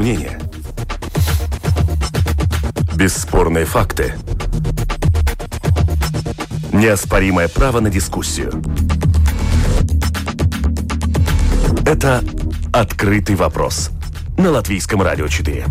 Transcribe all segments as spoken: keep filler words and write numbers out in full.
мнения. Бесспорные факты. Неоспоримое право на дискуссию. Это «Открытый вопрос» на Латвийском радио четыре.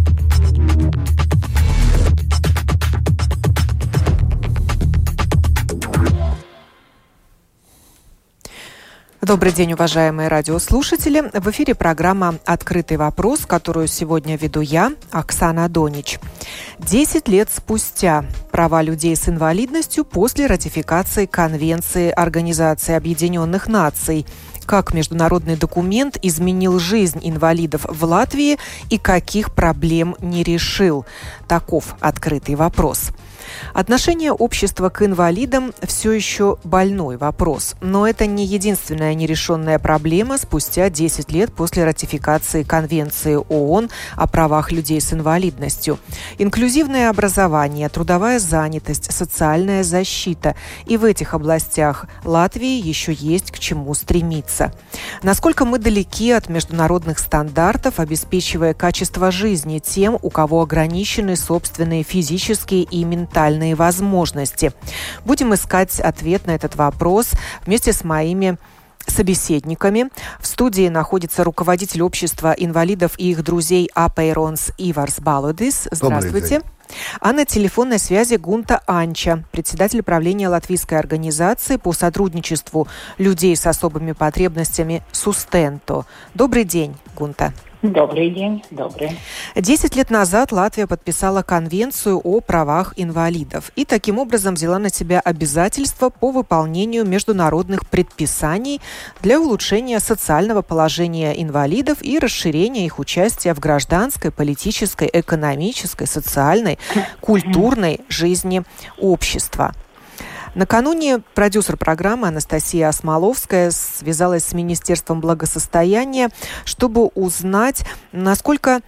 Добрый день, уважаемые радиослушатели. В эфире программа «Открытый вопрос», которую сегодня веду я, Оксана Донич. Десять лет спустя права людей с инвалидностью после ратификации Конвенции Организации Объединенных Наций. Как международный документ изменил жизнь инвалидов в Латвии и каких проблем не решил? Таков открытый вопрос. Отношение общества к инвалидам все еще больной вопрос, но это не единственная нерешенная проблема спустя десять лет после ратификации Конвенции ООН о правах людей с инвалидностью. Инклюзивное образование, трудовая занятость, социальная защита. И в этих областях Латвии еще есть к чему стремиться. Насколько мы далеки от международных стандартов, обеспечивая качество жизни тем, у кого ограничены собственные физические и ментальные возможности. Будем искать ответ на этот вопрос вместе с моими собеседниками. В студии находится руководитель общества инвалидов и их друзей Апейронс Иварс Балудис. Здравствуйте. А на телефонной связи Гунта Анча, председатель правления латвийской организации по сотрудничеству людей с особыми потребностями «Сустенто». Добрый день, Гунта. Добрый день, добрый. Десять лет назад Латвия подписала Конвенцию о правах инвалидов и таким образом взяла на себя обязательства по выполнению международных предписаний для улучшения социального положения инвалидов и расширения их участия в гражданской, политической, экономической, социальной, культурной жизни общества. Накануне продюсер программы Анастасия Осмоловская связалась с Министерством благосостояния, чтобы узнать, насколько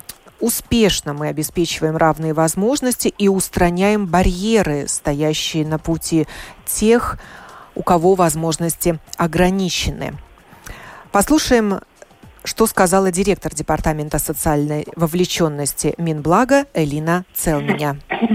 успешно мы обеспечиваем равные возможности и устраняем барьеры, стоящие на пути тех, у кого возможности ограничены. Послушаем, что сказала директор Департамента социальной вовлеченности Минблага Элина Целмиņa.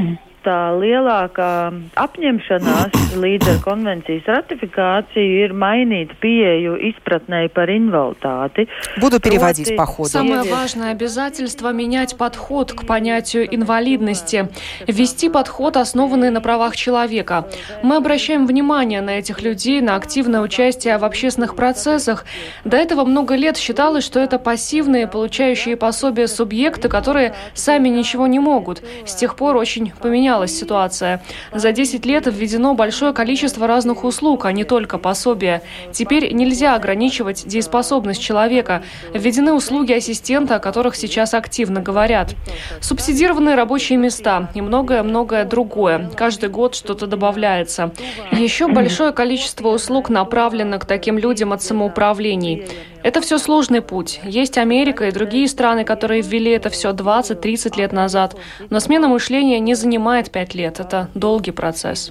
Tā lielākā apņemšanās līdz ar konvencijas ratifikāciju ir mainīt pieeju izpratnei par invaliditāti. Буду переводить по ходу. Самое важное обязательство – менять подход к понятию инвалидности, ввести подход, основанный на правах человека. Мы обращаем внимание на этих людей, на активное участие в общественных процессах. До этого много лет считалось, что это пассивные, получающие пособия субъекты, которые сами ничего не могут. С тех пор очень поменялось ситуация. За десять лет введено большое количество разных услуг, а не только пособия. Теперь нельзя ограничивать дееспособность человека. Введены услуги ассистента, о которых сейчас активно говорят. Субсидированные рабочие места и многое-многое другое. Каждый год что-то добавляется. Еще большое количество услуг направлено к таким людям от самоуправлений. Это все сложный путь. Есть Америка и другие страны, которые ввели это все двадцать-тридцать лет назад. Но смена мышления не занимает пять лет. Это долгий процесс.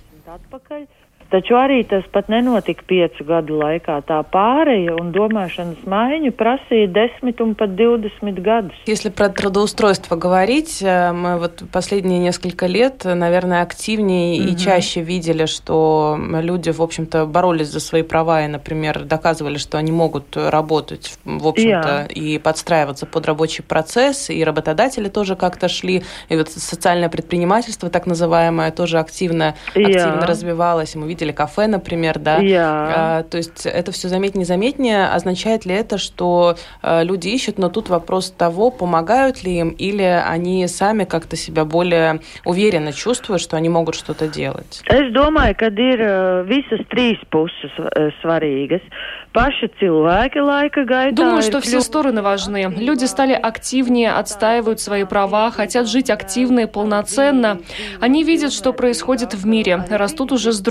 Taču arī tas pat nenotika piecu gadu laikā. Tā pāreja un domāšanas maiņu prasīja desmit un pat divdesmit gadus. Если про трудоустройство говорить, мы вот последние несколько лет, наверное, активнее mm-hmm. и чаще видели, что люди, в общем-то, боролись за свои права и, например, доказывали, что они могут работать, в общем-то, yeah. и подстраиваться под рабочий процесс, и работодатели тоже как-то шли, и вот социальное предпринимательство, так называемое, тоже активно, yeah. активно развивалось, и мы видели кафе, например, да. Yeah. А, то есть это все заметнее-заметнее. Означает ли это, что а, люди ищут, но тут вопрос того, помогают ли им, или они сами как-то себя более уверенно чувствуют, что они могут что-то делать? Es domāju, ka ir visas trīs puses svarīgas. Paši cilvēki laika gaitā. Думаю, что все стороны важны. Люди стали активнее, отстаивают свои права, хотят жить активно и полноценно. Они видят, что происходит в мире, растут уже с другими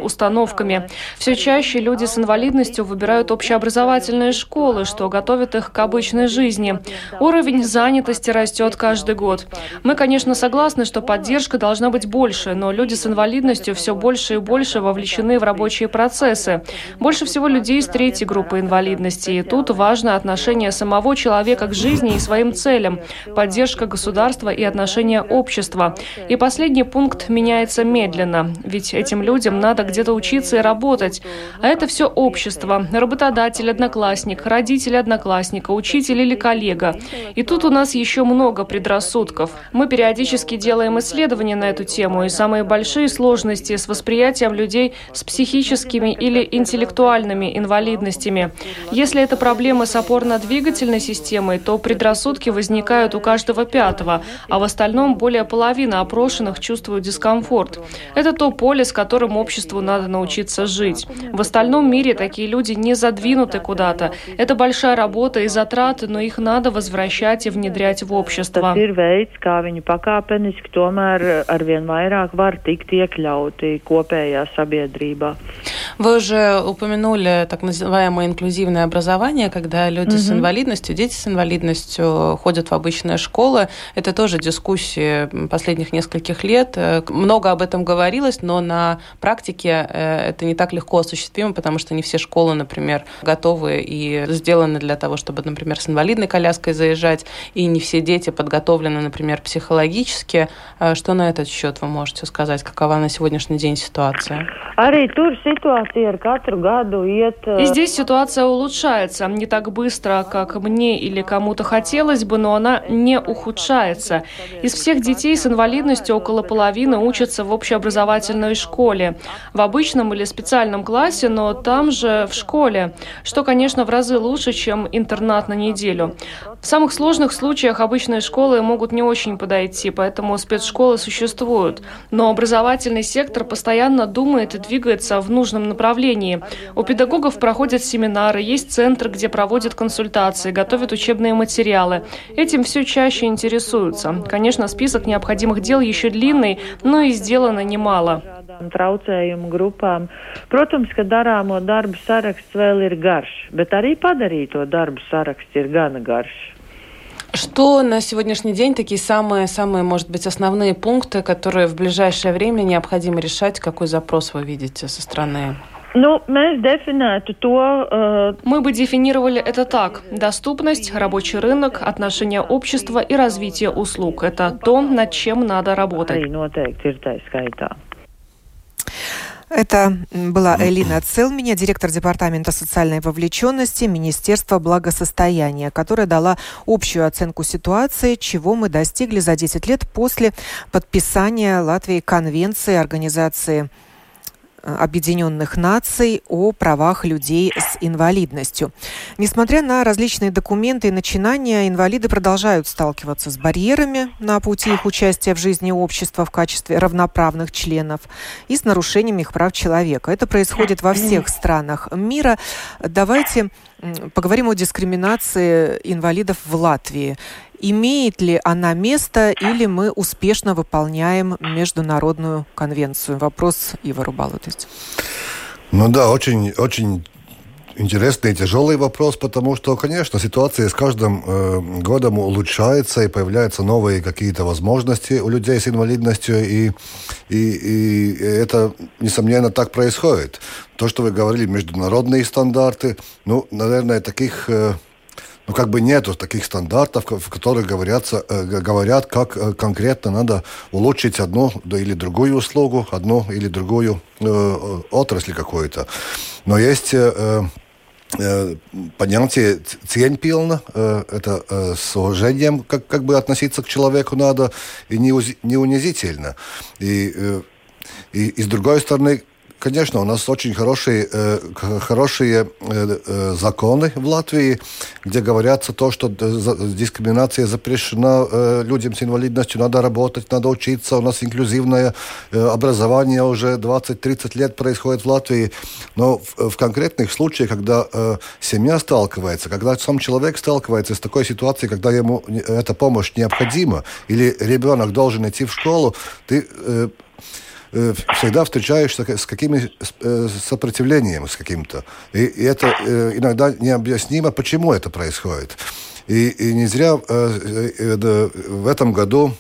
установками. Все чаще люди с инвалидностью выбирают общеобразовательные школы, что готовит их к обычной жизни. Уровень занятости растет каждый год. Мы, конечно, согласны, что поддержка должна быть больше, но люди с инвалидностью все больше и больше вовлечены в рабочие процессы. Больше всего людей с третьей группы инвалидности. И тут важно отношение самого человека к жизни и своим целям, поддержка государства и отношение общества. И последний пункт меняется медленно, ведь этим людям надо где-то учиться и работать. А это все общество, работодатель, одноклассник, родитель одноклассника, учитель или коллега. И тут у нас еще много предрассудков. Мы периодически делаем исследования на эту тему, и самые большие сложности с восприятием людей с психическими или интеллектуальными инвалидностями. Если это проблемы с опорно-двигательной системой, то предрассудки возникают у каждого пятого, а в остальном более половины опрошенных чувствуют дискомфорт. Это то поле, с которым обществу надо научиться жить. В остальном мире такие люди не задвинуты куда-то. Это большая работа и затраты, но их надо возвращать и внедрять в общество. Вы уже упомянули так называемое инклюзивное образование, когда люди mm-hmm. с инвалидностью, дети с инвалидностью ходят в обычные школы. Это тоже дискуссии последних нескольких лет. Много об этом говорилось, но на практике это не так легко осуществимо, потому что не все школы, например, готовы и сделаны для того, чтобы, например, с инвалидной коляской заезжать, и не все дети подготовлены, например, психологически. Что на этот счет вы можете сказать? Какова на сегодняшний день ситуация? И здесь ситуация улучшается. Не так быстро, как мне или кому-то хотелось бы, но она не ухудшается. Из всех детей с инвалидностью около половины учатся в общеобразовательной школе. В обычном или специальном классе, но там же в школе. Что, конечно, в разы лучше, чем интернат на неделю. В самых сложных случаях обычные школы могут не очень подойти, поэтому спецшколы существуют. Но образовательный сектор постоянно думает и двигается в нужном направлении. У педагогов проходят семинары, есть центры, где проводят консультации, готовят учебные материалы. Этим все чаще интересуются. Конечно, список необходимых дел еще длинный, но и сделано немало. Traucējumu grupām. Protams, ka darāmo darbu saraksts vēl ir garš, bet arī padarīto darbu saraksts ir gana garš. Что на сегодняшний день такие самые-самые, может быть, основные пункты, которые в ближайшее время необходимо решать? Какой запрос вы видите со стороны? Ну, мы дефинētu to, uh... Мы бы дефинировали это так. Доступность, рабочий рынок, отношение общества и развитие услуг. Это то, над чем надо работать. Это была Элина Целменя, директор Департамента социальной вовлеченности Министерства благосостояния, которая дала общую оценку ситуации, чего мы достигли за десять лет после подписания Латвии Конвенции Организации Объединенных Наций о правах людей с инвалидностью. Несмотря на различные документы и начинания, инвалиды продолжают сталкиваться с барьерами на пути их участия в жизни общества в качестве равноправных членов и с нарушениями их прав человека. Это происходит во всех странах мира. Давайте поговорим о дискриминации инвалидов в Латвии. Имеет ли она место или мы успешно выполняем международную конвенцию? Вопрос Ивару Балутис. Ну да, очень, очень интересный и тяжелый вопрос, потому что, конечно, ситуация с каждым э, годом улучшается и появляются новые какие-то возможности у людей с инвалидностью, и, и, и это, несомненно, так происходит. То, что вы говорили, международные стандарты, ну, наверное, таких... Э, Ну, как бы нету таких стандартов, в которых говорятся, говорят, как конкретно надо улучшить одну или другую услугу, одну или другую э, отрасль какую-то. Но есть э, э, понятие ценпилна, э, это э, с уважением как, как бы относиться к человеку надо, и не, узи, не унизительно. И, э, и, и с другой стороны, конечно, у нас очень хорошие, э, хорошие э, законы в Латвии, где говорится то, что дискриминация запрещена э, людям с инвалидностью, надо работать, надо учиться. У нас инклюзивное э, образование уже двадцать-тридцать лет происходит в Латвии. Но в, в конкретных случаях, когда э, семья сталкивается, когда сам человек сталкивается с такой ситуацией, когда ему эта помощь необходима, или ребенок должен идти в школу, ты... Э, э, всегда встречаешься с какими э, сопротивлением, с каким-то. И, и это э, иногда необъяснимо, почему это происходит. И, и не зря э, э, в этом году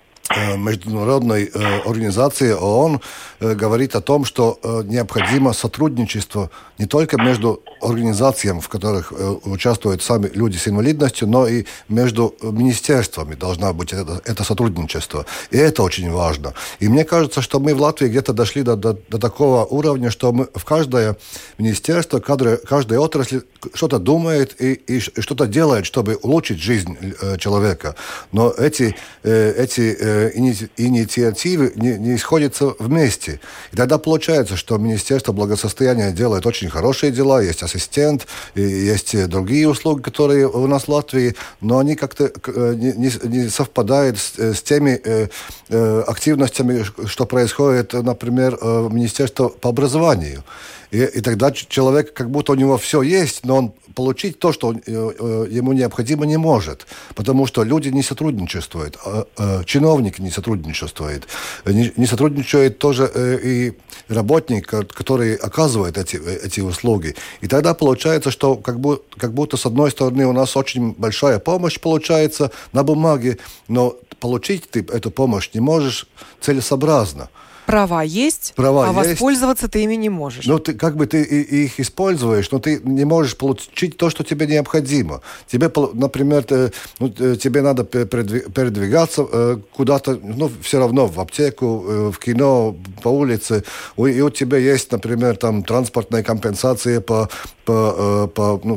Международной э, организации ООН э, говорит о том, что э, необходимо сотрудничество не только между организациями, в которых э, участвуют сами люди с инвалидностью, но и между министерствами должна быть это, это сотрудничество. И это очень важно. И мне кажется, что мы в Латвии где-то дошли до, до, до такого уровня, что мы в каждое министерство, каждая, каждая отрасль что-то думает и, и, и что-то делает, чтобы улучшить жизнь э, человека. Но эти, э, эти э, инициативы не, не исходятся вместе. И тогда получается, что Министерство благосостояния делает очень хорошие дела, есть ассистент, и есть другие услуги, которые у нас в Латвии, но они как-то не, не, не совпадают с, с теми э, э, активностями, что происходит, например, в Министерстве по образованию. И, и тогда человек, как будто у него все есть, но он получить то, что э, ему необходимо, не может. Потому что люди не сотрудничают, э, э, чиновники не сотрудничают. Не, не сотрудничает тоже э, и работник, который оказывает эти, эти услуги. И тогда получается, что как, бы, как будто с одной стороны у нас очень большая помощь получается на бумаге, но получить ты эту помощь не можешь целесообразно. Права есть, Права а есть. Воспользоваться ты ими не можешь. Ну, ты, как бы ты и, их используешь, но ты не можешь получить то, что тебе необходимо. Тебе, например, ты, ну, тебе надо передвигаться э, куда-то, ну, все равно в аптеку, э, в кино, по улице, и у тебя есть, например, там транспортная компенсация по, по, э, по ну,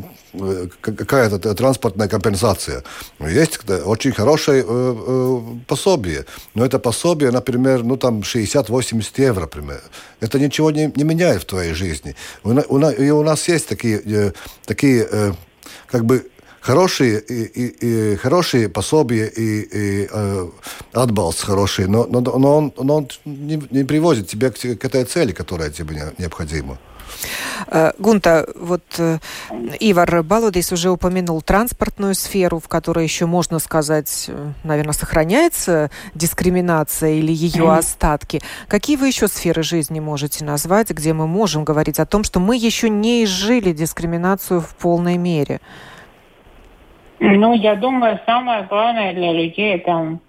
какая-то транспортная компенсация. Есть очень хорошее э, э, пособие, но это пособие, например, ну там шестьдесят-восемьдесят евро, например. Это ничего не, не меняет в твоей жизни. У, у, и у нас есть такие, э, такие э, как бы хорошие, и, и, и, хорошие пособия и, и э, отбалс хороший, но, но, но он, но он не, не приводит тебя к, к этой цели, которая тебе необходима. Гунта, вот Ивар Балудис уже упомянул транспортную сферу, в которой еще, можно сказать, наверное, сохраняется дискриминация или ее mm-hmm. остатки. Какие вы еще сферы жизни можете назвать, где мы можем говорить о том, что мы еще не изжили дискриминацию в полной мере? Ну, я думаю, самое главное для людей это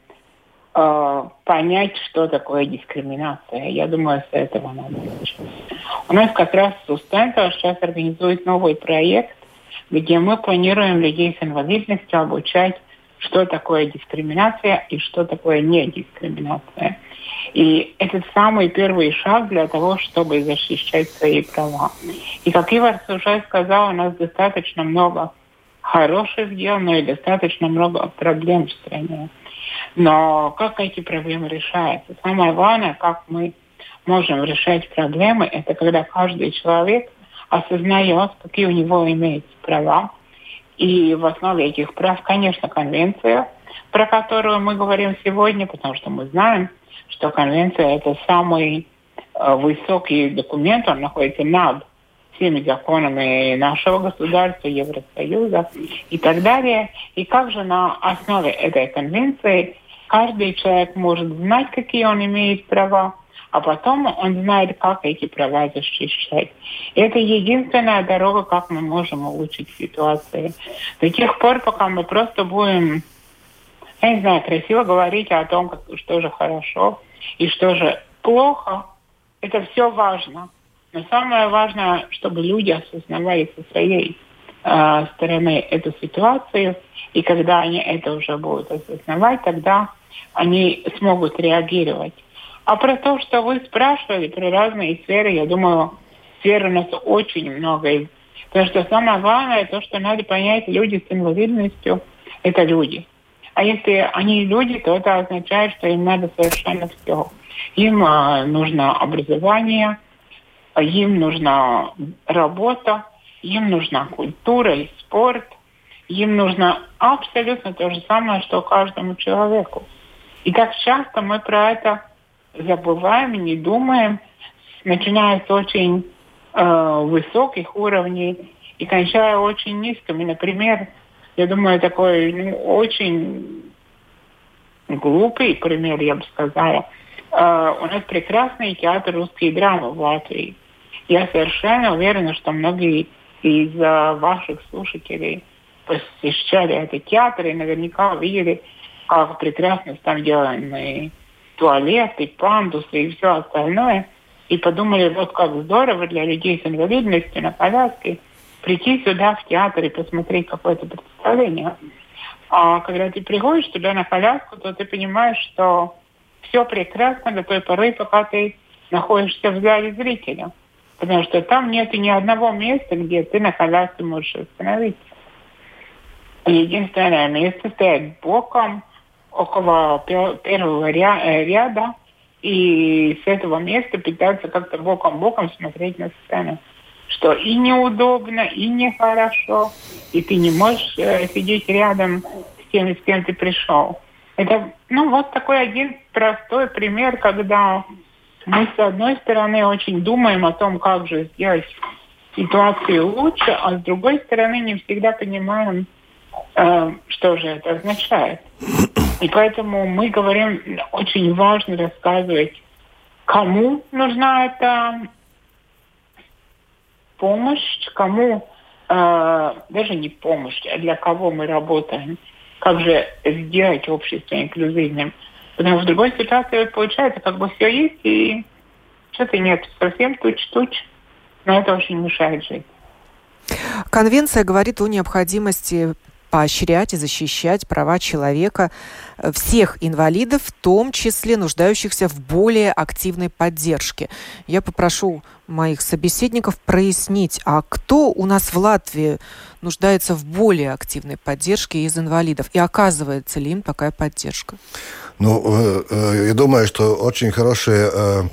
э, понять, что такое дискриминация. Я думаю, с этого надо начать. У нас как раз Сустенко сейчас организует новый проект, где мы планируем людей с инвалидностью обучать, что такое дискриминация и что такое недискриминация. И это самый первый шаг для того, чтобы защищать свои права. И как Ивар уже сказал, у нас достаточно много хороших дел, но и достаточно много проблем в стране. Но как эти проблемы решаются? Самое главное, как мы можем решать проблемы, это когда каждый человек осознает, какие у него имеются права. И в основе этих прав, конечно, конвенция, про которую мы говорим сегодня, потому что мы знаем, что конвенция – это самый э, высокий документ, он находится над всеми законами нашего государства, Евросоюза и так далее. И как же на основе этой конвенции каждый человек может знать, какие он имеет права, а потом он знает, как эти права защищать. И это единственная дорога, как мы можем улучшить ситуацию. До тех пор, пока мы просто будем, я не знаю, красиво говорить о том, как, что же хорошо и что же плохо, это все важно. Но самое важное, чтобы люди осознавали со своей э, стороны эту ситуацию, и когда они это уже будут осознавать, тогда они смогут реагировать. А про то, что вы спрашивали, про разные сферы, я думаю, сфер у нас очень много. Потому что самое главное, то, что надо понять, люди с инвалидностью – это люди. А если они люди, то это означает, что им надо совершенно все. Им э, нужно образование, им нужна работа, им нужна культура и спорт, им нужно абсолютно то же самое, что каждому человеку. И так часто мы про это забываем и не думаем, начиная с очень э, высоких уровней и кончая очень низкими. Например, я думаю, такой ну, очень глупый пример, я бы сказала. Э, у нас прекрасный театр русской драмы в Латвии. Я совершенно уверена, что многие из э, ваших слушателей посещали этот театр и наверняка увидели, как прекрасно там деланы туалеты, пандусы и все остальное. И подумали, вот как здорово для людей с инвалидностью на коляске прийти сюда в театр и посмотреть какое-то представление. А когда ты приходишь туда на коляску, то ты понимаешь, что все прекрасно до той поры, пока ты находишься в зале зрителя. Потому что там нет ни одного места, где ты на коляске можешь остановиться. Единственное место стоит боком, около первого ряда, и с этого места пытаться как-то боком-боком смотреть на сцену. Что и неудобно, и нехорошо, и ты не можешь э, сидеть рядом с тем, с кем ты пришел. Это, ну, вот такой один простой пример, когда мы, с одной стороны, очень думаем о том, как же сделать ситуацию лучше, а с другой стороны, не всегда понимаем, э, что же это означает. И поэтому мы говорим, очень важно рассказывать, кому нужна эта помощь, кому, э, даже не помощь, а для кого мы работаем, как же сделать общество инклюзивным. Потому что в другой ситуации получается, как бы все есть, и что-то нет, совсем туч-туч, но это очень мешает жить. Конвенция говорит о необходимости поощрять и защищать права человека, всех инвалидов, в том числе нуждающихся в более активной поддержке. Я попрошу моих собеседников прояснить, а кто у нас в Латвии нуждается в более активной поддержке из инвалидов? И оказывается ли им такая поддержка? Ну, я думаю, что очень хорошие,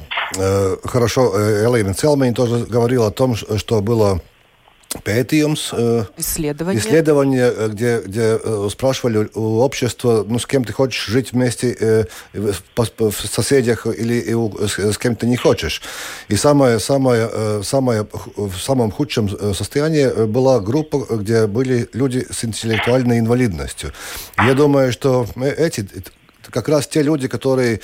хорошо Элина Целмень тоже говорила о том, что было пētījums, исследование, исследование где, где спрашивали у общества, ну, с кем ты хочешь жить вместе, в, в соседях или с, с кем ты не хочешь. И самое, самое, самое, в самом худшем состоянии была группа, где были люди с интеллектуальной инвалидностью. Я думаю, что эти как раз те люди, которые,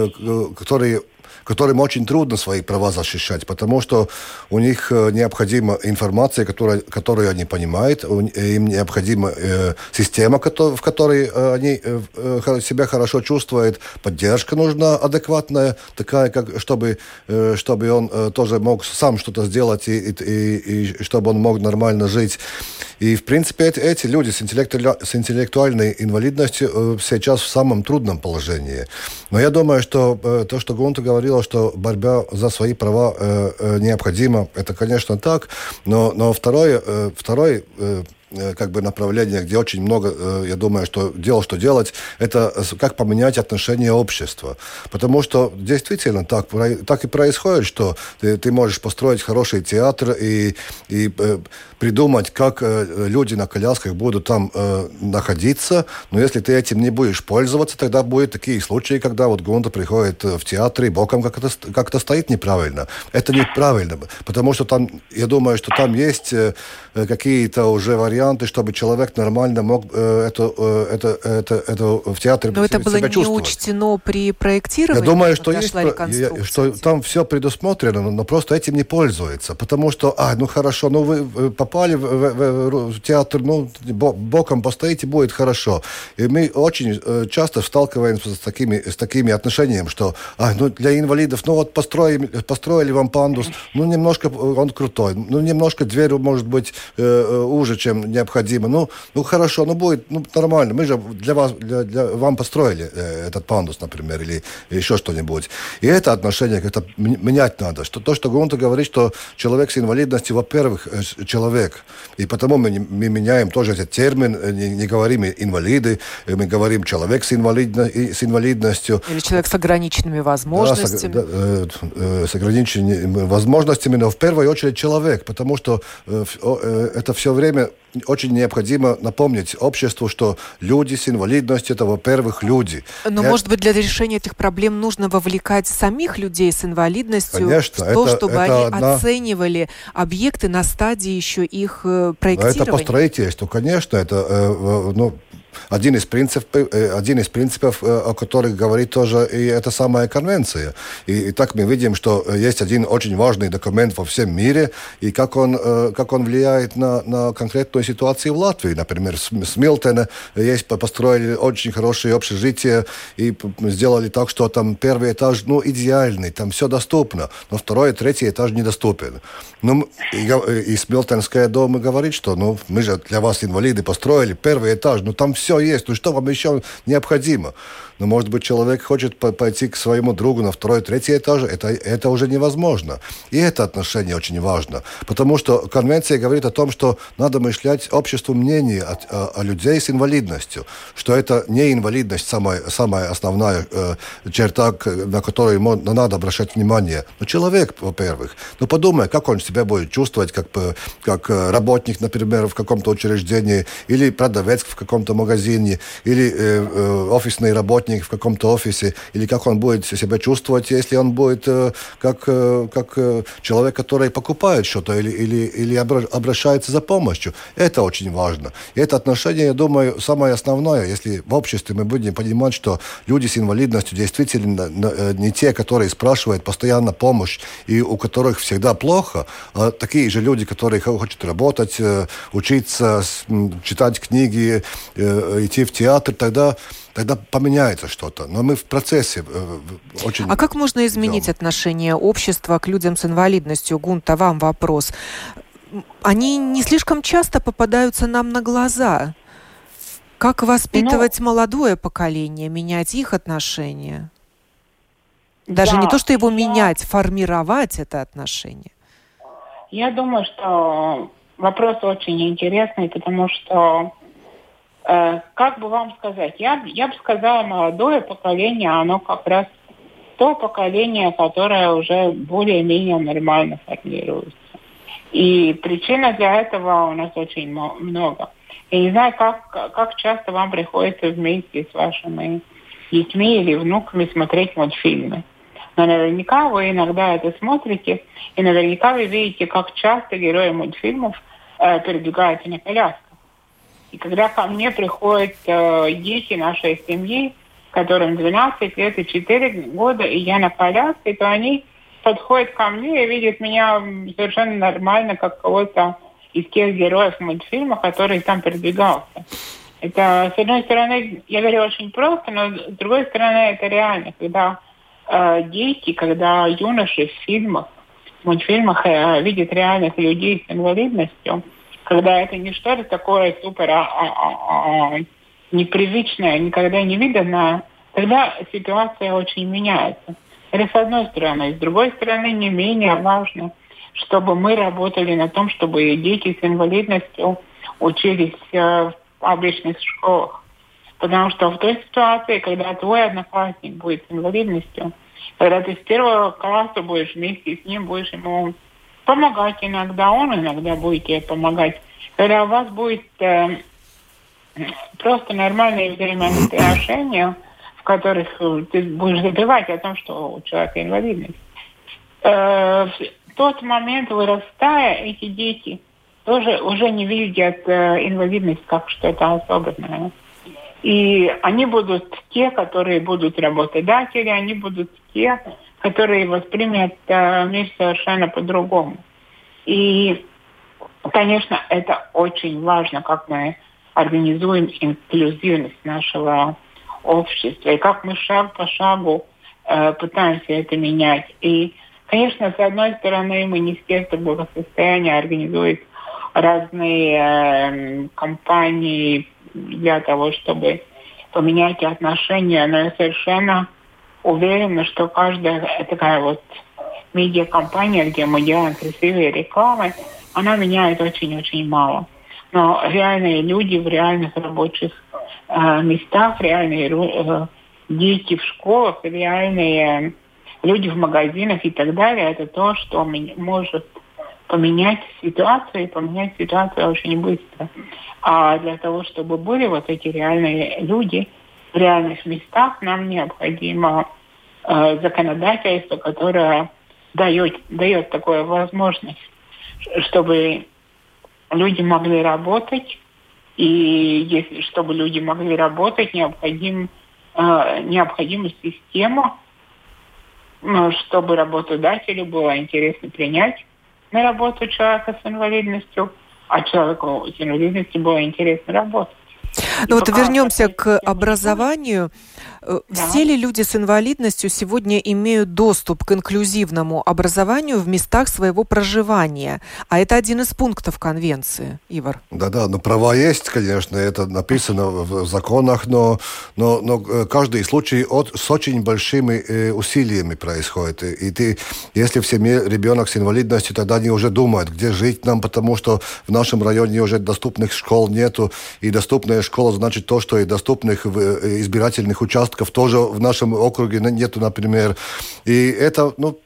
которые которым очень трудно свои права защищать, потому что у них необходима информация, которая, которую они понимают, им необходима э, система, в которой они э, себя хорошо чувствуют, поддержка нужна адекватная, такая, как, чтобы, э, чтобы он э, тоже мог сам что-то сделать и, и, и чтобы он мог нормально жить. И, в принципе, эти, эти люди с, интеллекту, с интеллектуальной инвалидностью э, сейчас в самом трудном положении. Но я думаю, что э, то, что Гунта говорил, что борьба за свои права э, э, необходима, это, конечно, так, но, но второе, э, второе э, как бы направление, где очень много, э, я думаю, что дело, что делать, это как поменять отношение общества. Потому что действительно так, так и происходит, что ты, ты можешь построить хороший театр и, и э, придумать, как э, люди на колясках будут там э, находиться, но если ты этим не будешь пользоваться, тогда будут такие случаи, когда вот Гунта приходит в театр и боком как-то, как-то стоит неправильно. Это неправильно, потому что там, я думаю, что там есть э, какие-то уже варианты, чтобы человек нормально мог э, это, э, это, это, это в театре Но себя чувствовать. Но это было не учтено при проектировании? Я думаю, что, есть, я, что там все предусмотрено, но, но просто этим не пользуется. Потому что, а, ну хорошо, ну вы, вы попали в, в, в, в театр, ну боком постоите, будет хорошо. И мы очень э, часто сталкиваемся с такими, с такими отношениями, что, а, ну для инвалидов, ну вот построили, построили вам пандус, ну немножко он крутой, ну немножко дверь может быть э, уже, чем необходимо. Ну, ну хорошо, ну будет ну, нормально. Мы же для вас, для, для вам построили э, этот пандус, например, или еще что-нибудь. И это отношение как-то менять надо. Что, то, что Гунта говорит, что человек с инвалидностью, во-первых, э, человек. И потому мы, мы меняем тоже этот термин, не, не говорим инвалиды, мы говорим человек с, инвалидно, с инвалидностью. Или человек с ограниченными возможностями. Да, с, да, э, с ограниченными возможностями, но в первую очередь человек, потому что э, э, это все время очень необходимо напомнить обществу, что люди с инвалидностью – это, во-первых, люди. Но, Я... может быть, для решения этих проблем нужно вовлекать самих людей с инвалидностью Конечно, в то, это, чтобы это они одна... оценивали объекты на стадии еще их проектирования? Это по строительству, конечно. Это, э, ну, один из принципов, один из принципов, о которых говорит тоже и эта самая конвенция. И, и так мы видим, что есть один очень важный документ во всем мире, и как он, как он влияет на, на конкретную ситуацию в Латвии. Например, с Милтена есть, построили очень хорошие общежития и сделали так, что там первый этаж, ну, идеальный, там все доступно, но второй и третий этаж недоступен. Ну, и, и Смилтенская дома говорит, что, ну, мы же для вас, инвалиды, построили первый этаж, ну, там все есть, ну, что вам еще необходимо? Но, может быть, человек хочет пойти к своему другу на второй, третий этаж, это, это уже невозможно. И это отношение очень важно, потому что конвенция говорит о том, что надо мышлять обществу мнение о, о, о людей с инвалидностью, что это не инвалидность самая, самая основная э, черта, на которую надо обращать внимание. Но человек, во-первых, ну подумай, как он себя будет чувствовать, как, как работник, например, в каком-то учреждении, или продавец в каком-то магазине, или э, э, офисный работник в каком-то офисе, или как он будет себя чувствовать, если он будет э, как, э, как э, человек, который покупает что-то или, или, или обращается за помощью. Это очень важно. И это отношение, я думаю, самое основное, если в обществе мы будем понимать, что люди с инвалидностью действительно не те, которые спрашивают постоянно помощь и у которых всегда плохо, а такие же люди, которые хотят работать, учиться, читать книги, идти в театр, тогда Тогда поменяется что-то. Но мы в процессе э, очень... А как можно изменить идем. отношение общества к людям с инвалидностью? Гунта, вам вопрос. Они не слишком часто попадаются нам на глаза. Как воспитывать Но... молодое поколение, менять их отношения? Даже да, не то, что его да. менять, формировать это отношение. Я думаю, что вопрос очень интересный, потому что как бы вам сказать, я, я бы сказала, молодое поколение, оно как раз то поколение, которое уже более-менее нормально формируется. И причин для этого у нас очень много. Я не знаю, как, как часто вам приходится вместе с вашими детьми или внуками смотреть мультфильмы. Но наверняка вы иногда это смотрите, и наверняка вы видите, как часто герои мультфильмов э, передвигаются на колясках. И когда ко мне приходят э, дети нашей семьи, которым двенадцать лет и четыре года, и я на коляске, то они подходят ко мне и видят меня совершенно нормально, как кого-то из тех героев мультфильма, который там передвигался. Это, с одной стороны, я говорю очень просто, но с другой стороны, это реально. Когда э, дети, когда юноши в фильмах, в мультфильмах э, видят реальных людей с инвалидностью, когда это не что-то такое супер а, а, а, а, непривычное, никогда не виданное, тогда ситуация очень меняется. Это с одной стороны. С другой стороны, не менее важно, чтобы мы работали на том, чтобы дети с инвалидностью учились в обычных школах. Потому что в той ситуации, когда твой одноклассник будет с инвалидностью, когда ты с первого класса будешь вместе с ним, будешь ему помогать иногда, он иногда будет тебе помогать. Когда у вас будет э, просто нормальные взаимоотношения, в которых ты будешь забывать о том, что у человека инвалидность. Э, в тот момент, вырастая, эти дети тоже уже не видят э, инвалидность как что-то особенное. И они будут те, которые будут работодатели, они будут те, которые воспримут э, мир совершенно по-другому. И, конечно, это очень важно, как мы организуем инклюзивность нашего общества, и как мы шаг по шагу э, пытаемся это менять. И, конечно, с одной стороны, Министерство благосостояния организует разные э, кампании для того, чтобы поменять отношения, но я совершенно уверена, что каждая такая вот медиакомпания, где мы делаем красивые рекламы, она меняет очень-очень мало. Но реальные люди в реальных рабочих э, местах, реальные э, дети в школах, реальные люди в магазинах и так далее, это то, что может поменять ситуацию, и поменять ситуацию очень быстро. А для того, чтобы были вот эти реальные люди в реальных местах, нам необходимо э, законодательство, которое дает, дает такую возможность, чтобы люди могли работать И если, чтобы люди могли работать, необходим, э, необходима система, э, чтобы работодателю было интересно принять на работу человека с инвалидностью, а человеку с инвалидностью было интересно работать. Ну вот вернемся к образованию. Да. Все ли люди с инвалидностью сегодня имеют доступ к инклюзивному образованию в местах своего проживания? А это один из пунктов конвенции, Ивар. Да-да, но права есть, конечно, это написано в законах, но, но, но каждый случай от, с очень большими э, усилиями происходит. И ты, если в семье ребенок с инвалидностью, тогда они уже думают, где жить нам, потому что в нашем районе уже доступных школ нету, и доступная школа значит то, что и доступных избирательных участков тоже в нашем округе нету, например. И это, ну,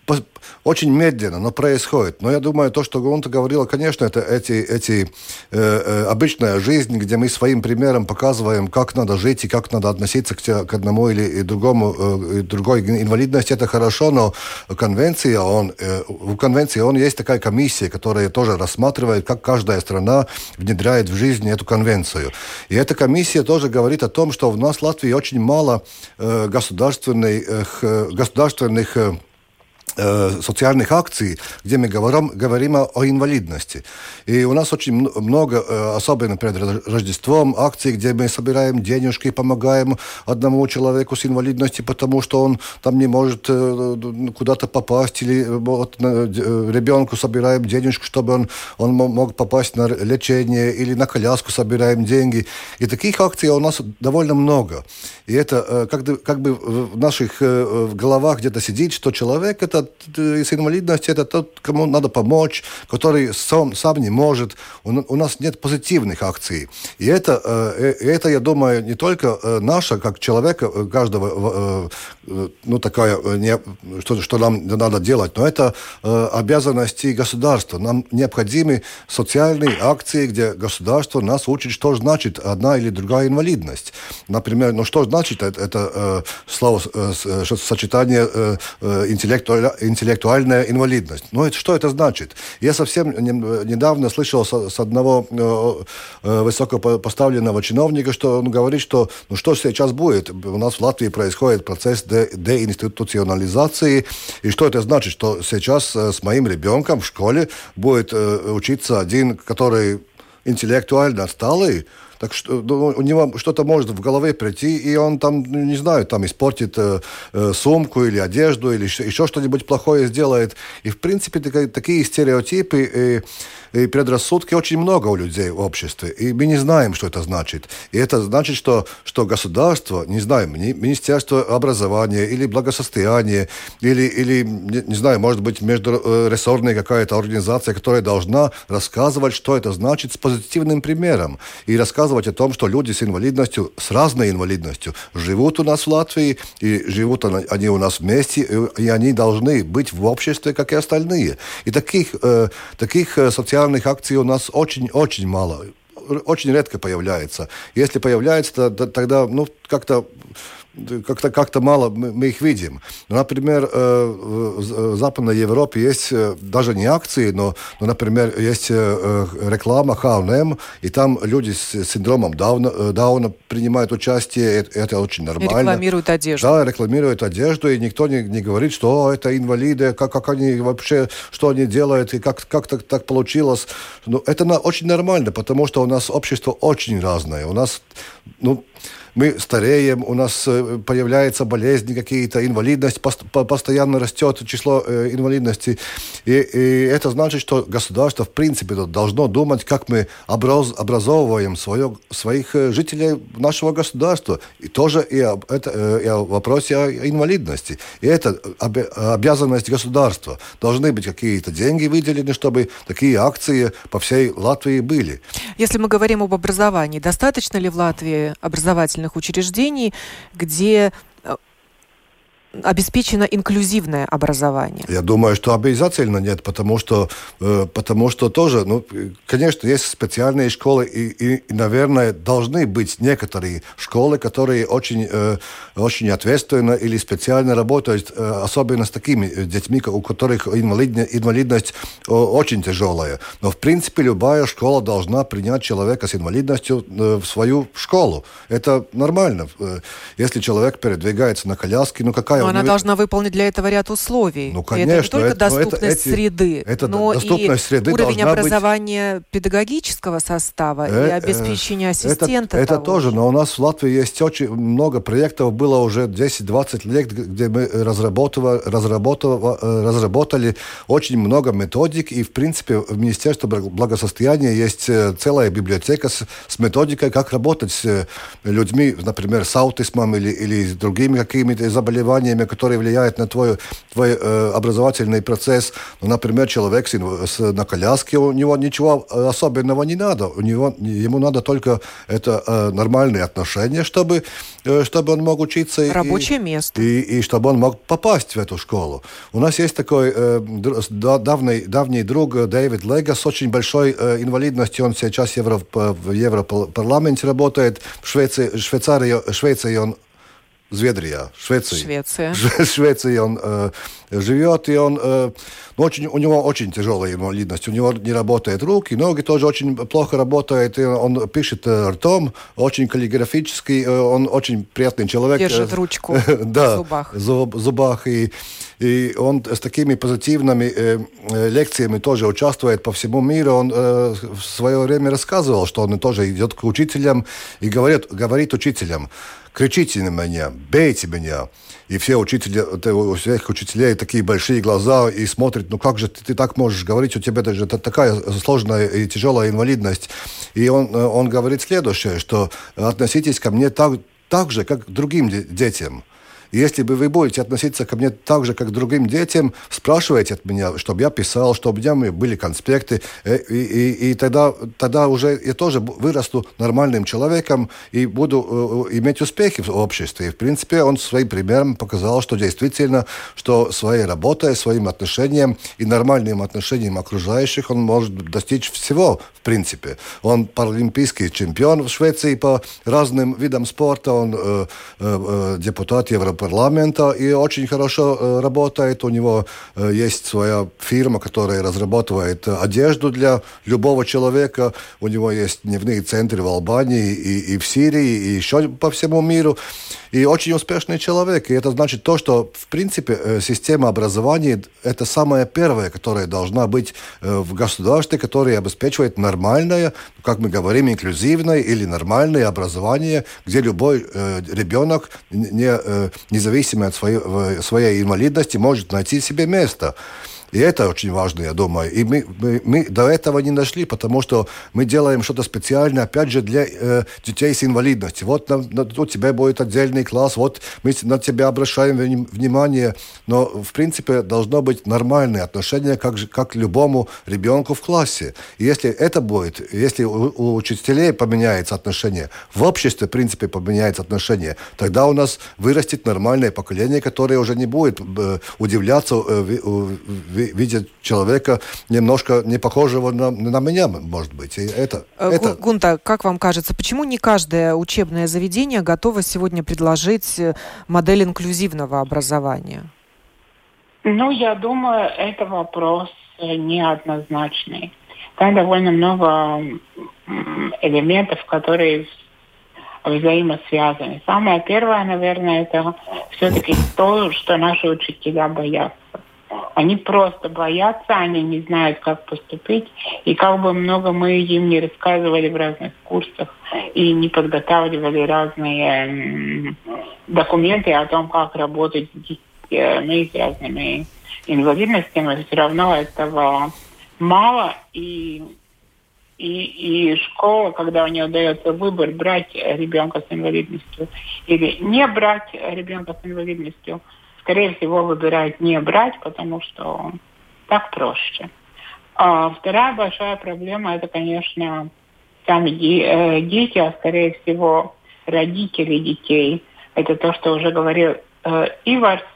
очень медленно, но происходит. Но я думаю, то, что Гунта говорила, конечно, это эти, эти э, э, обычная жизнь, где мы своим примером показываем, как надо жить и как надо относиться к, к одному или другому, э, другой инвалидности. Это хорошо, но конвенция, он, э, в конвенции он есть такая комиссия, которая тоже рассматривает, как каждая страна внедряет в жизнь эту конвенцию. И эта комиссия тоже говорит о том, что в нас в Латвии очень мало э, государственных, э, государственных э, социальных акций, где мы говорим, говорим о, о инвалидности. И у нас очень много, особенно перед Рождеством, акций, где мы собираем денежки, помогаем одному человеку с инвалидностью, потому что он там не может куда-то попасть, или вот, ребенку собираем денежку, чтобы он, он мог попасть на лечение, или на коляску собираем деньги. И таких акций у нас довольно много. И это как, как бы в наших в головах где-то сидит, что человек это с инвалидностью, это тот, кому надо помочь, который сам, сам не может. У, у нас нет позитивных акций. И это, э, это, я думаю, не только наша, как человека, каждого, э, ну, такая, не, что, что нам надо делать, но это э, обязанности государства. Нам необходимы социальные акции, где государство нас учит, что значит одна или другая инвалидность. Например, ну, что значит это, это э, слово, э, сочетание э, интеллектуального интеллектуальная инвалидность. Ну, это, что это значит? Я совсем не, недавно слышал с, с одного э, высокопоставленного чиновника, что он говорит, что ну что сейчас будет? У нас в Латвии происходит процесс де, деинституционализации. И что это значит? Что сейчас э, с моим ребенком в школе будет э, учиться один, который интеллектуально отсталый, так что у него что-то может в голове прийти, и он там, не знаю, там испортит э, э, сумку или одежду, или еще, еще что-нибудь плохое сделает. И, в принципе, такие, такие стереотипы и, и предрассудки очень много у людей в обществе. И мы не знаем, что это значит. И это значит, что, что государство, не знаю, Министерство образования или благосостояния, или, или не, не знаю, может быть, межресорная какая-то организация, которая должна рассказывать, что это значит с позитивным примером. И рассказывать о том, что люди с инвалидностью, с разной инвалидностью, живут у нас в Латвии, и живут они у нас вместе, и они должны быть в обществе, как и остальные. И таких, э, таких социальных акций у нас очень-очень мало. Очень редко появляется. Если появляется, то, тогда ну, как-то Как-то, как-то мало мы, мы их видим. Например, в Западной Европе есть даже не акции, но, но например, есть реклама эйч энд эм, и там люди с синдромом Дауна, Дауна принимают участие, это очень нормально. И рекламируют одежду. Да, рекламируют одежду, и никто не, не говорит, что О, это инвалиды, как, как они вообще, что они делают, и как, как так, так получилось. Ну, это на, очень нормально, потому что у нас общество очень разное. У нас, ну, мы стареем, у нас появляются болезни какие-то, инвалидность, постоянно растет число инвалидностей. И, и это значит, что государство, в принципе, должно думать, как мы образ, образовываем свое, своих жителей нашего государства. И тоже и об, это, и о вопросе о инвалидности. И это об, обязанность государства. Должны быть какие-то деньги выделены, чтобы такие акции по всей Латвии были. Если мы говорим об образовании, достаточно ли в Латвии образовательных учреждений, где обеспечено инклюзивное образование? Я думаю, что обязательно нет, потому что, э, потому что тоже, ну, конечно, есть специальные школы, и, и, и, наверное, должны быть некоторые школы, которые очень, э, очень ответственно или специально работают, э, особенно с такими детьми, у которых инвалидность, инвалидность э, очень тяжелая. Но, в принципе, любая школа должна принять человека с инвалидностью э, в свою школу. Это нормально. Если человек передвигается на коляске, ну какая... Но она должна выполнить для этого ряд условий. Ну, конечно. И это не только это, доступность это, эти, среды, это но доступность и среды уровень образования быть... педагогического состава э, и обеспечения ассистента. Это, это тоже, же. но у нас в Латвии есть очень много проектов, было уже десять-двадцать лет, где мы разработали, разработали, разработали очень много методик, и, в принципе, в Министерстве благосостояния есть целая библиотека с, с методикой, как работать с людьми, например, с аутизмом или, или с другими какими-то заболеваниями, которые влияют на твой, твой э, образовательный процесс. Ну, например, человек с, с, на коляске, у него ничего особенного не надо. У него, ему надо только это э, нормальные отношения, чтобы, э, чтобы он мог учиться. Рабочее и, место. И, и чтобы он мог попасть в эту школу. У нас есть такой э, давний, давний друг Дэвид Лега с очень большой э, инвалидностью. Он сейчас евро, в Европарламенте работает. В Швеции, Швейцарии, Швеции он Зведрия, Швеция. Швеция. В Швеции он э, живет, и он, э, ну, очень, у него очень тяжелая инвалидность. У него не работают руки, ноги тоже очень плохо работают. И он пишет э, ртом, очень каллиграфический, э, он очень приятный человек. Держит ручку в зубах. Зуб, зубах и, и он с такими позитивными э, э, лекциями тоже участвует по всему миру. Он э, в свое время рассказывал, что он тоже идет к учителям и говорит, говорит учителям: кричите на меня, бейте меня. И все учители, у всех учителей такие большие глаза и смотрят: ну как же ты, ты так можешь говорить, у тебя даже такая сложная и тяжелая инвалидность. И он, он говорит следующее, что относитесь ко мне так, так же, как к другим детям. И если бы вы будете относиться ко мне так же, как к другим детям, спрашивайте от меня, чтобы я писал, чтобы у меня были конспекты, и, и, и тогда, тогда уже я тоже вырасту нормальным человеком и буду э, иметь успехи в обществе. И, в принципе, он своим примером показал, что действительно, что своей работой, своим отношением и нормальным отношением окружающих он может достичь всего, в принципе. Он паралимпийский чемпион в Швеции по разным видам спорта, он э, э, депутат Европарламента, парламента и очень хорошо э, работает. У него э, есть своя фирма, которая разрабатывает э, одежду для любого человека. У него есть дневные центры в Албании и, и в Сирии, и еще по всему миру. И очень успешный человек. И это значит то, что, в принципе, э, система образования – это самое первое, которое должна быть э, в государстве, которое обеспечивает нормальное, как мы говорим, инклюзивное или нормальное образование, где любой э, ребенок не, э, независимо от своей, своей инвалидности, может найти себе место. И это очень важно, я думаю. И мы, мы, мы до этого не дошли, потому что мы делаем что-то специальное, опять же, для э, детей с инвалидностью. Вот на, на, у тебя будет отдельный класс, вот мы на тебя обращаем внимание. Но, в принципе, должно быть нормальное отношение, как, же, как к любому ребенку в классе. И если это будет, если у, у учителей поменяется отношение, в обществе, в принципе, поменяется отношение, тогда у нас вырастет нормальное поколение, которое уже не будет э, удивляться э, в, видеть человека немножко не похожего на, на меня, может быть. И это, это... Гунта, как вам кажется, почему не каждое учебное заведение готово сегодня предложить модель инклюзивного образования? Ну, я думаю, это вопрос неоднозначный. Там довольно много элементов, которые взаимосвязаны. Самое первое, наверное, это все-таки то, что наши учителя боятся. Они просто боятся, они не знают, как поступить. И как бы много мы им не рассказывали в разных курсах и не подготавливали разные документы о том, как работать с детьми с разными инвалидностями, все равно этого мало. И, и, и школа, когда у нее дается выбор брать ребенка с инвалидностью или не брать ребенка с инвалидностью, скорее всего, выбирают не брать, потому что так проще. А вторая большая проблема – это, конечно, сами дети, а скорее всего родители детей. Это то, что уже говорил э, Иварс.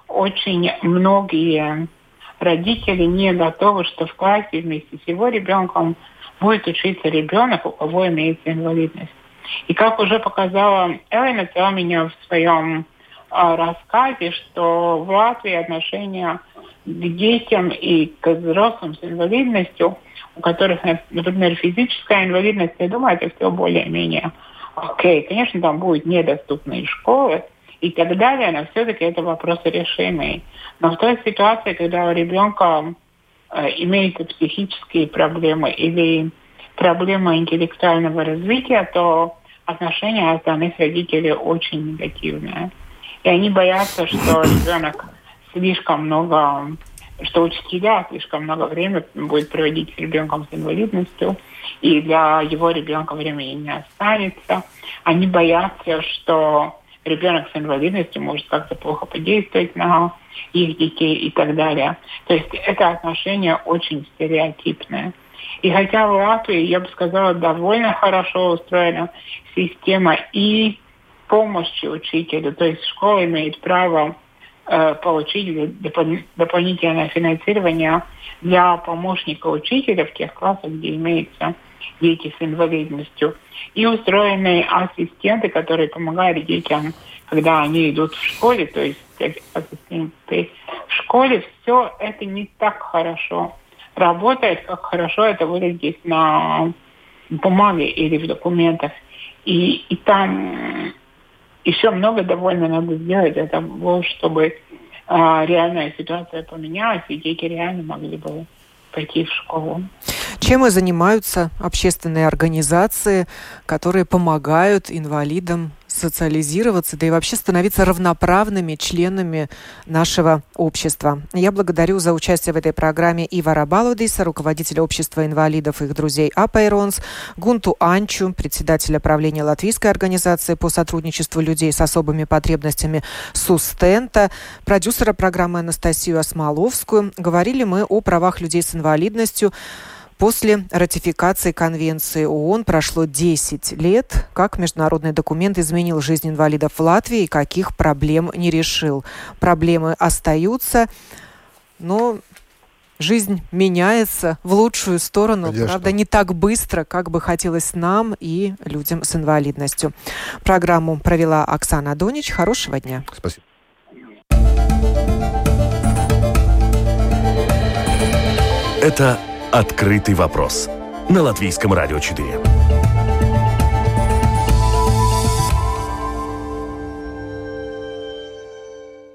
очень многие родители не готовы, что в классе вместе с его ребенком будет учиться ребенок, у кого имеется инвалидность. И как уже показала Элена Целменя в своем а, рассказе, что в Латвии отношения к детям и к взрослым с инвалидностью, у которых, например, физическая инвалидность, я думаю, это все более-менее окей. Конечно, там будут недоступные школы и так далее, но все-таки это вопросы решимые. Но в той ситуации, когда у ребенка э, имеются психические проблемы или проблемы интеллектуального развития, то отношения остальных родителей очень негативные. И они боятся, что ребенок слишком много, что учителя слишком много времени будет проводить с ребенком с инвалидностью, и для его ребенка времени не останется. Они боятся, что ребенок с инвалидностью может как-то плохо подействовать на их детей и так далее. То есть это отношение очень стереотипное. И хотя в Латвии, я бы сказала, довольно хорошо устроена система и помощи учителю, то есть школа имеет право э, получить допол- дополнительное финансирование для помощника учителя в тех классах, где имеются дети с инвалидностью. И устроенные ассистенты, которые помогают детям, когда они идут в школе, то есть ассистенты в школе, все это не так хорошо работает, как хорошо это выглядит на бумаге или в документах. И, и там еще много довольно надо сделать для того, чтобы а, реальная ситуация поменялась, и дети реально могли бы пойти в школу. Чем и занимаются общественные организации, которые помогают инвалидам социализироваться, да и вообще становиться равноправными членами нашего общества. Я благодарю за участие в этой программе Ивара Балудиса, руководителя общества инвалидов и их друзей Апейронс, Гунту Анчу, председателя правления Латвийской организации по сотрудничеству людей с особыми потребностями Сустента, продюсера программы Анастасию Осмоловскую. Говорили мы о правах людей с инвалидностью. После ратификации Конвенции ООН прошло десять лет. Как международный документ изменил жизнь инвалидов в Латвии и каких проблем не решил. Проблемы остаются, но жизнь меняется в лучшую сторону. Конечно. Правда, не так быстро, как бы хотелось нам и людям с инвалидностью. Программу провела Оксана Донич. Хорошего дня. Спасибо. Это «Открытый вопрос» на Латвийском радио четыре.